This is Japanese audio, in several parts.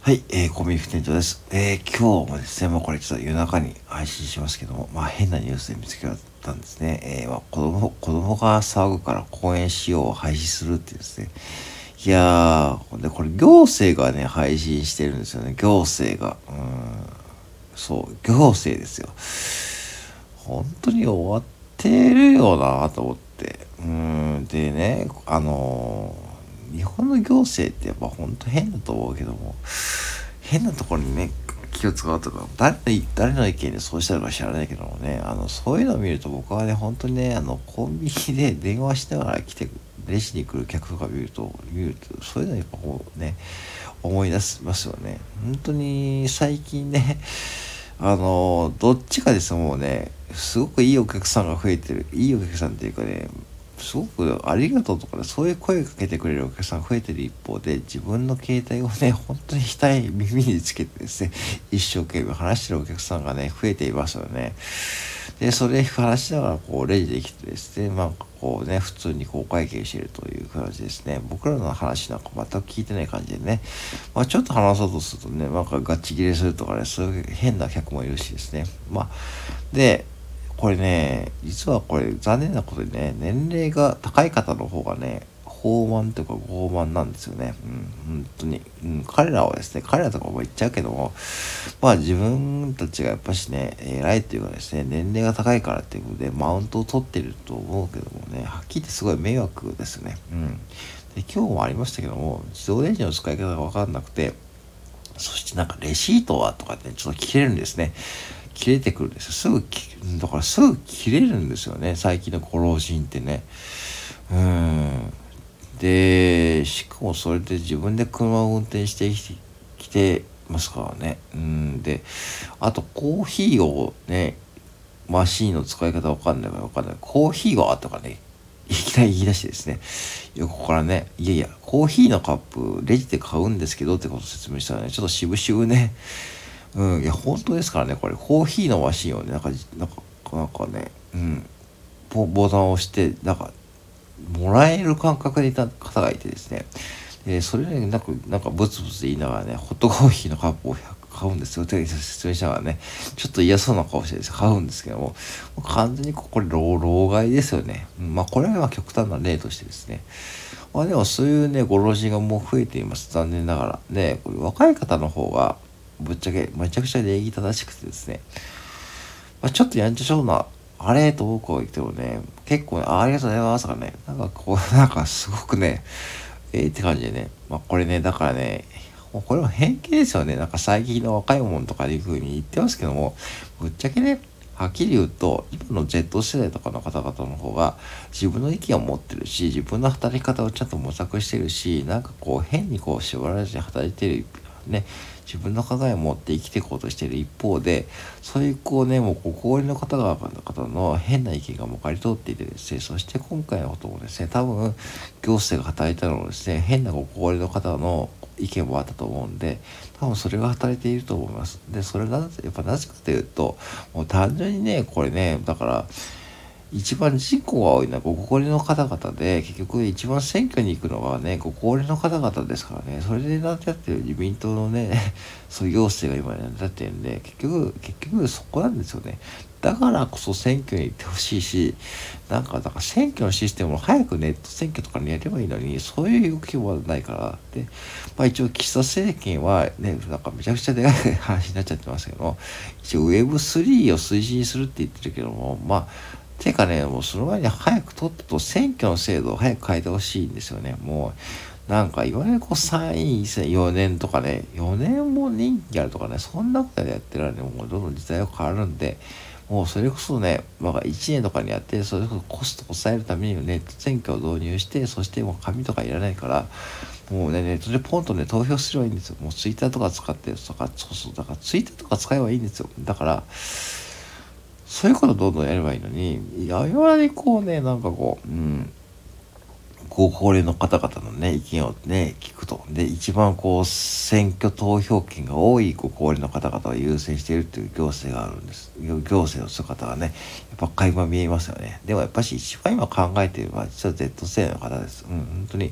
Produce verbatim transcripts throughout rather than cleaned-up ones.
はい、えー、コンビニ副店長です。えー、今日もですね、もうこれちょっと夜中に配信しますけども、まあ変なニュースで見つけたんですね。えー、まあ子供、子供が騒ぐから公園使用を廃止するっていうですね。いやー、で、これ行政がね、配信してるんですよね。行政が。うーん、そう、行政ですよ。本当に終わってるよなと思って。うーん、でね、あのー日本の行政ってやっぱ本当変だと思うけども、変なところにね、気を使うとか、誰のい誰の意見でそうしたのか知らないけどもね、あの、そういうのを見ると僕はね、本当にね、あの、コンビニで電話しながら来て、レジに来る客とか見ると、見ると、そういうのやっぱこうね、思い出しますよね。本当に最近ね、あの、どっちかですもうね、すごくいいお客さんが増えてる。いいお客さんっていうかね、すごくありがとうとかね、そういう声かけてくれるお客さんが増えてる一方で、自分の携帯をね、本当に額、耳につけてですね、一生懸命話してるお客さんがね、増えていますよね。で、それ話しながら、こう、レジで来てですね、なんかこうね、普通にこう、お会計しているという感じですね。僕らの話なんか全く聞いてない感じでね、まあ、ちょっと話そうとするとね、なんかガチ切れするとかね、そういう変な客もいるしですね。まあ、で、これね、実はこれ残念なことにね、年齢が高い方の方がね、放慢というか傲慢なんですよね。うん、本当に。うん、彼らはですね、彼らとかも言っちゃうけども、まあ自分たちがやっぱしね、偉いっていうかですね、年齢が高いからっていうことでマウントを取ってると思うけどもね、はっきり言ってすごい迷惑ですね。うん。で、今日もありましたけども、自動レンジの使い方がわかんなくて、そしてなんかレシートはとかってちょっと切れるんですね。切れてくるんですよ。すぐき、だからすぐ切れるんですよね。最近のご老人ってね。うーん。で、しかもそれで自分で車を運転してきてきてますからね。うん。で、あとコーヒーをね、マシーンの使い方わかんないからわかんない。コーヒーはとかね、いきなり言い出してですね、横からね、いやいや、コーヒーのカップ、レジで買うんですけどってことを説明したらね、ちょっと渋々ね、うん、いや、本当ですからね、これ、コーヒーのマシンをね、なんか、なんか、なんかね、うん、ボボタンを押して、なんか、もらえる感覚でいた方がいてですね、で、それね、なんか、なんか、ブツブツ言いながらね、ホットコーヒーのカップをひゃく買うんですよって説明しながらね、ちょっと嫌そうな顔してですね、買うんですけども、もう完全にこれ、老老害ですよね。うん、まあ、これは極端な例としてですね、まあでもそういうね、ご老人がもう増えています。残念ながら。ね、これ若い方の方が、ぶっちゃけ、めちゃくちゃ礼儀正しくてですね、まあ、ちょっとやんちゃそうな、あれと僕は言ってもね、結構ね、あ、ありがとうございますとかね、なんかこう、なんかすごくね、えーって感じでね、まあこれね、だからね、もうこれは偏見ですよね。なんか最近の若いもんとかいう風に言ってますけども、ぶっちゃけね、はっきり言うと、今の Z 世代とかの方々の方が自分の意見を持ってるし、自分の働き方をちゃんと模索してるし、なんかこう変にこう縛られて働いてる、ね、自分の考えを持って生きていこうとしている一方で、そういうこうね、もうご高齢の方々の方の変な意見がもう刈り取っていてですね、そして今回のこともですね、多分行政が働いたのもですね、変なご高齢の方の意見もあったと思うんで、多分それが働いていると思います。で、それがなぜ、やっぱなぜかというと、もう単純にね、これね、だから、一番人口が多いのはご高齢の方々で、結局一番選挙に行くのはね、ご高齢の方々ですからね、それで成り立ってる自民党のね、そういう行政が今成り立ってるんで、結局、結局そこなんですよね。だからこそ選挙に行ってほしいし、なんか、だから選挙のシステムを早くネット選挙とかにやればいいのに、そういう動きもないから、で、まあ一応岸田政権はね、なんかめちゃくちゃでかい話になっちゃってますけども、一応 ウェブスリー を推進するって言ってるけども、まあ、てかね、もうその前に早くとっとと選挙の制度を早く変えてほしいんですよね。もう、なんかいわゆるこう参院選よねんとかね、よねんも任期あるとかね、そんなことでやってられね、もうどんどん時代は変わるんで、もうそれこそね、まあいちねんとかにやって、それこそコストを抑えるためにネット選挙を導入して、そしてもう紙とかいらないから、もうね、ネットでポンとね、投票すればいいんですよ。もうツイッターとか使ってとか、そうそう、だからツイッターとか使えばいいんですよ。だから、そういうことどんどんやればいいのに、ややにこうね、なんかこう、うん、ご高齢の方々のね、意見をね、聞くと。で、一番こう、選挙投票権が多いご高齢の方々を優先しているっていう行政があるんです。行政の姿がね、やっぱ垣間見えますよね。でもやっぱし一番今考えているのは、実は Z 世代の方です。うん、本当に。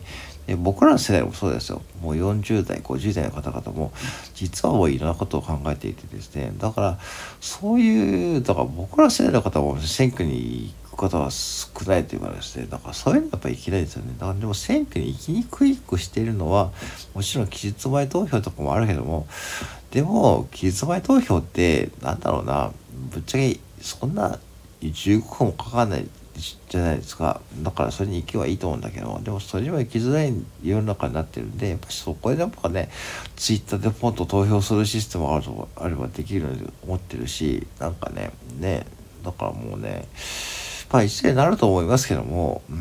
で僕らの世代もそうですよ。もうよんじゅう代、ごじゅう代の方々も、実はもういろんなことを考えていてですね、だから、そういう、だから僕らの世代の方も選挙に行く方は少ないというかですね、だからそういうのやっぱりいけないですよね。だからでも選挙に行きにくいくしているのは、もちろん期日前投票とかもあるけども、でも、期日前投票って、なんだろうな、ぶっちゃけ、そんなじゅうごふんもかかんないじゃないですか。だからそれに行けばいいと思うんだけど、でもそれには行きづらい世の中になってるんで、やっぱりそこでやっぱね、ツイッターでポンと投票するシステムがあるとあればできるように思ってるし、なんかね、ね、だからもうね、まあ一斉になると思いますけども、うん、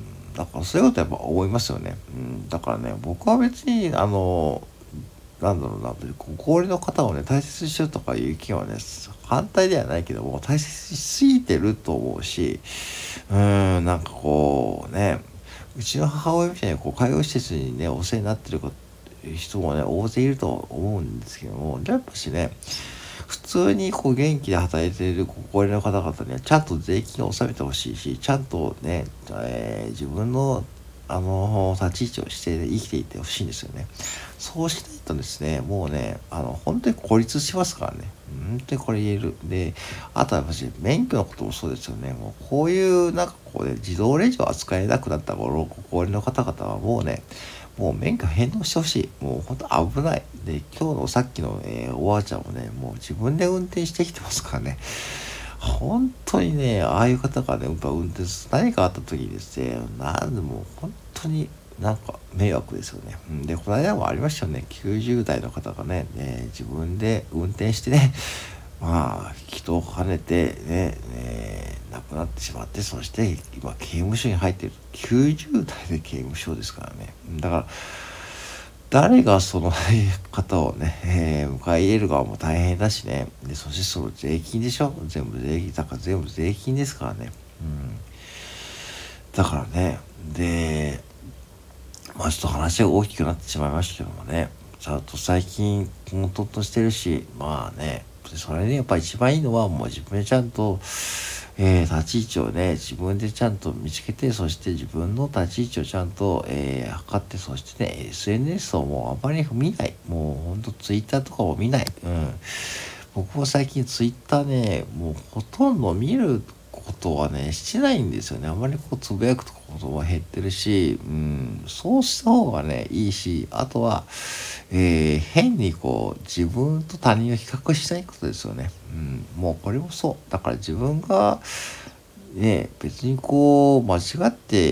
だからそういうことやっぱ思いますよね。うん、だからね、僕は別に、あの、なんだろうな、ご高齢の方をね、大切にしようとかいう意見はね、反対ではないけども、大切にしすぎてると思うし、うーん、なんかこうね、うちの母親みたいにこう介護施設にね、お世話になってる人もね、大勢いると思うんですけども、やっぱしね、普通にこう元気で働いているご高齢の方々にはちゃんと税金を納めてほしいし、ちゃんとね、えー自分のあの立ち位置をして生きていってほしいんですよね。そうしないとですね、もうね、あの本当に孤立しますからね。本当にこれ言える。で、あとはやっぱし免許のこともそうですよね。もうこういうなんかこうね、自動レジを扱えなくなった頃、ご高齢の方々はもうね、もう免許返納してほしい。もう本当危ない。で、今日のさっきの、えーおばあちゃんもね、もう自分で運転してきてますからね。本当にね、ああいう方がね、やっぱ運転する、何かあった時にですね、なんでも本当になんか迷惑ですよね。うん、で、この間もありましたよね。きゅうじゅう代の方がね、ね自分で運転してね、まあ、人をはねてね、ね、亡くなってしまって、そして今刑務所に入っている。きゅうじゅう代で刑務所ですからね。うんだから、誰がその方をね、えー迎え入れる側も大変だしね。で、そしてその税金でしょ、全部税金、だから全部税金ですからね。うん。だからね、で、まあちょっと話が大きくなってしまいましたけどもね、ちゃんと最近、混沌としてるし、まあね、それでやっぱ一番いいのはもう自分でちゃんと、えー立ち位置をね、自分でちゃんと見つけて、そして自分の立ち位置をちゃんと、えー測って、そしてね、エスエヌエス をもうあまり見ない。もうほんと Twitter とかを見ない。うん。僕は最近 Twitter ね、もうほとんど見ることはね、してないんですよね。あまりこうつぶやくことも減ってるし、うん、そうした方がね、いいし、あとは、えー変にこう、自分と他人を比較しないことですよね。うん、もうこれもそう。だから自分が、ね、別にこう、間違って、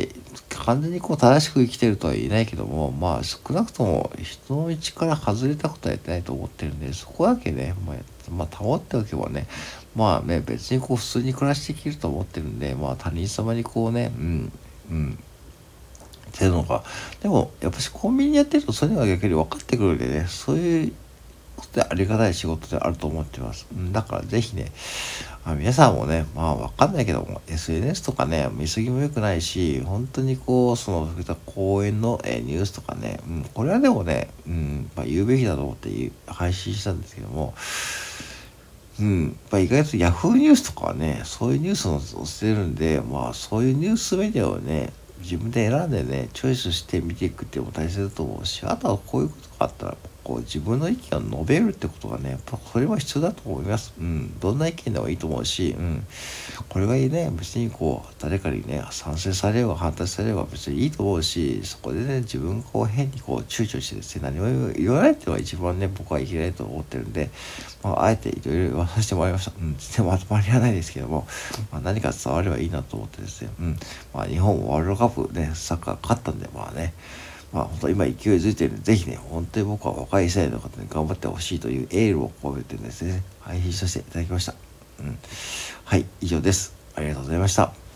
完全にこう正しく生きてるとは言えないけども、まあ少なくとも人の道から外れたことはやってないと思ってるんで、そこだけね、まあ、まあ、保っておけばね、まあね、別にこう普通に暮らしていけると思ってるんで、まあ他人様にこうね、うん、うん、っていうのが、でもやっぱしコンビニやってるとそういうのが逆に分かってくるんでね、そういうことでありがたい仕事であると思ってます。うん、だからぜひね、あ皆さんもね、まあわかんないけども、エスエヌエス とかね、見過ぎも良くないし、本当にこう、その、そういった講演の、えーニュースとかね、うん、これはでもね、うん、まあ、言うべきだと思って言う配信したんですけども、うん、やっぱ意外とヤフーニュースとかはね、そういうニュースを載せてるんで、まあそういうニュースメディアをね、自分で選んでね、チョイスして見ていくっていうのも大切だと思うし、あとはこういうことがあったら、こう自分の意見を述べるってことがね、やっぱそれは必要だと思います。うん。どんな意見でもいいと思うし、うん。これがいいね、別にこう、誰かにね、賛成されようが反対されようが別にいいと思うし、そこでね、自分がこう変にこう躊躇してですね、何も言わないっていうのが一番ね、僕はいけないと思ってるんで、まあ、あえていろいろ言わさせてもらいました。うん、全然まとまりはないですけども、まあ、何か伝わればいいなと思ってですね、うん。まあ、日本もワールドカップね、サッカー勝ったんで、まあね、まあ本当今勢いづいてるんで、ぜひね、本当に僕は若い世代の方に頑張ってほしいというエールを込めてですね、配信させていただきました。うん。はい、以上です。ありがとうございました。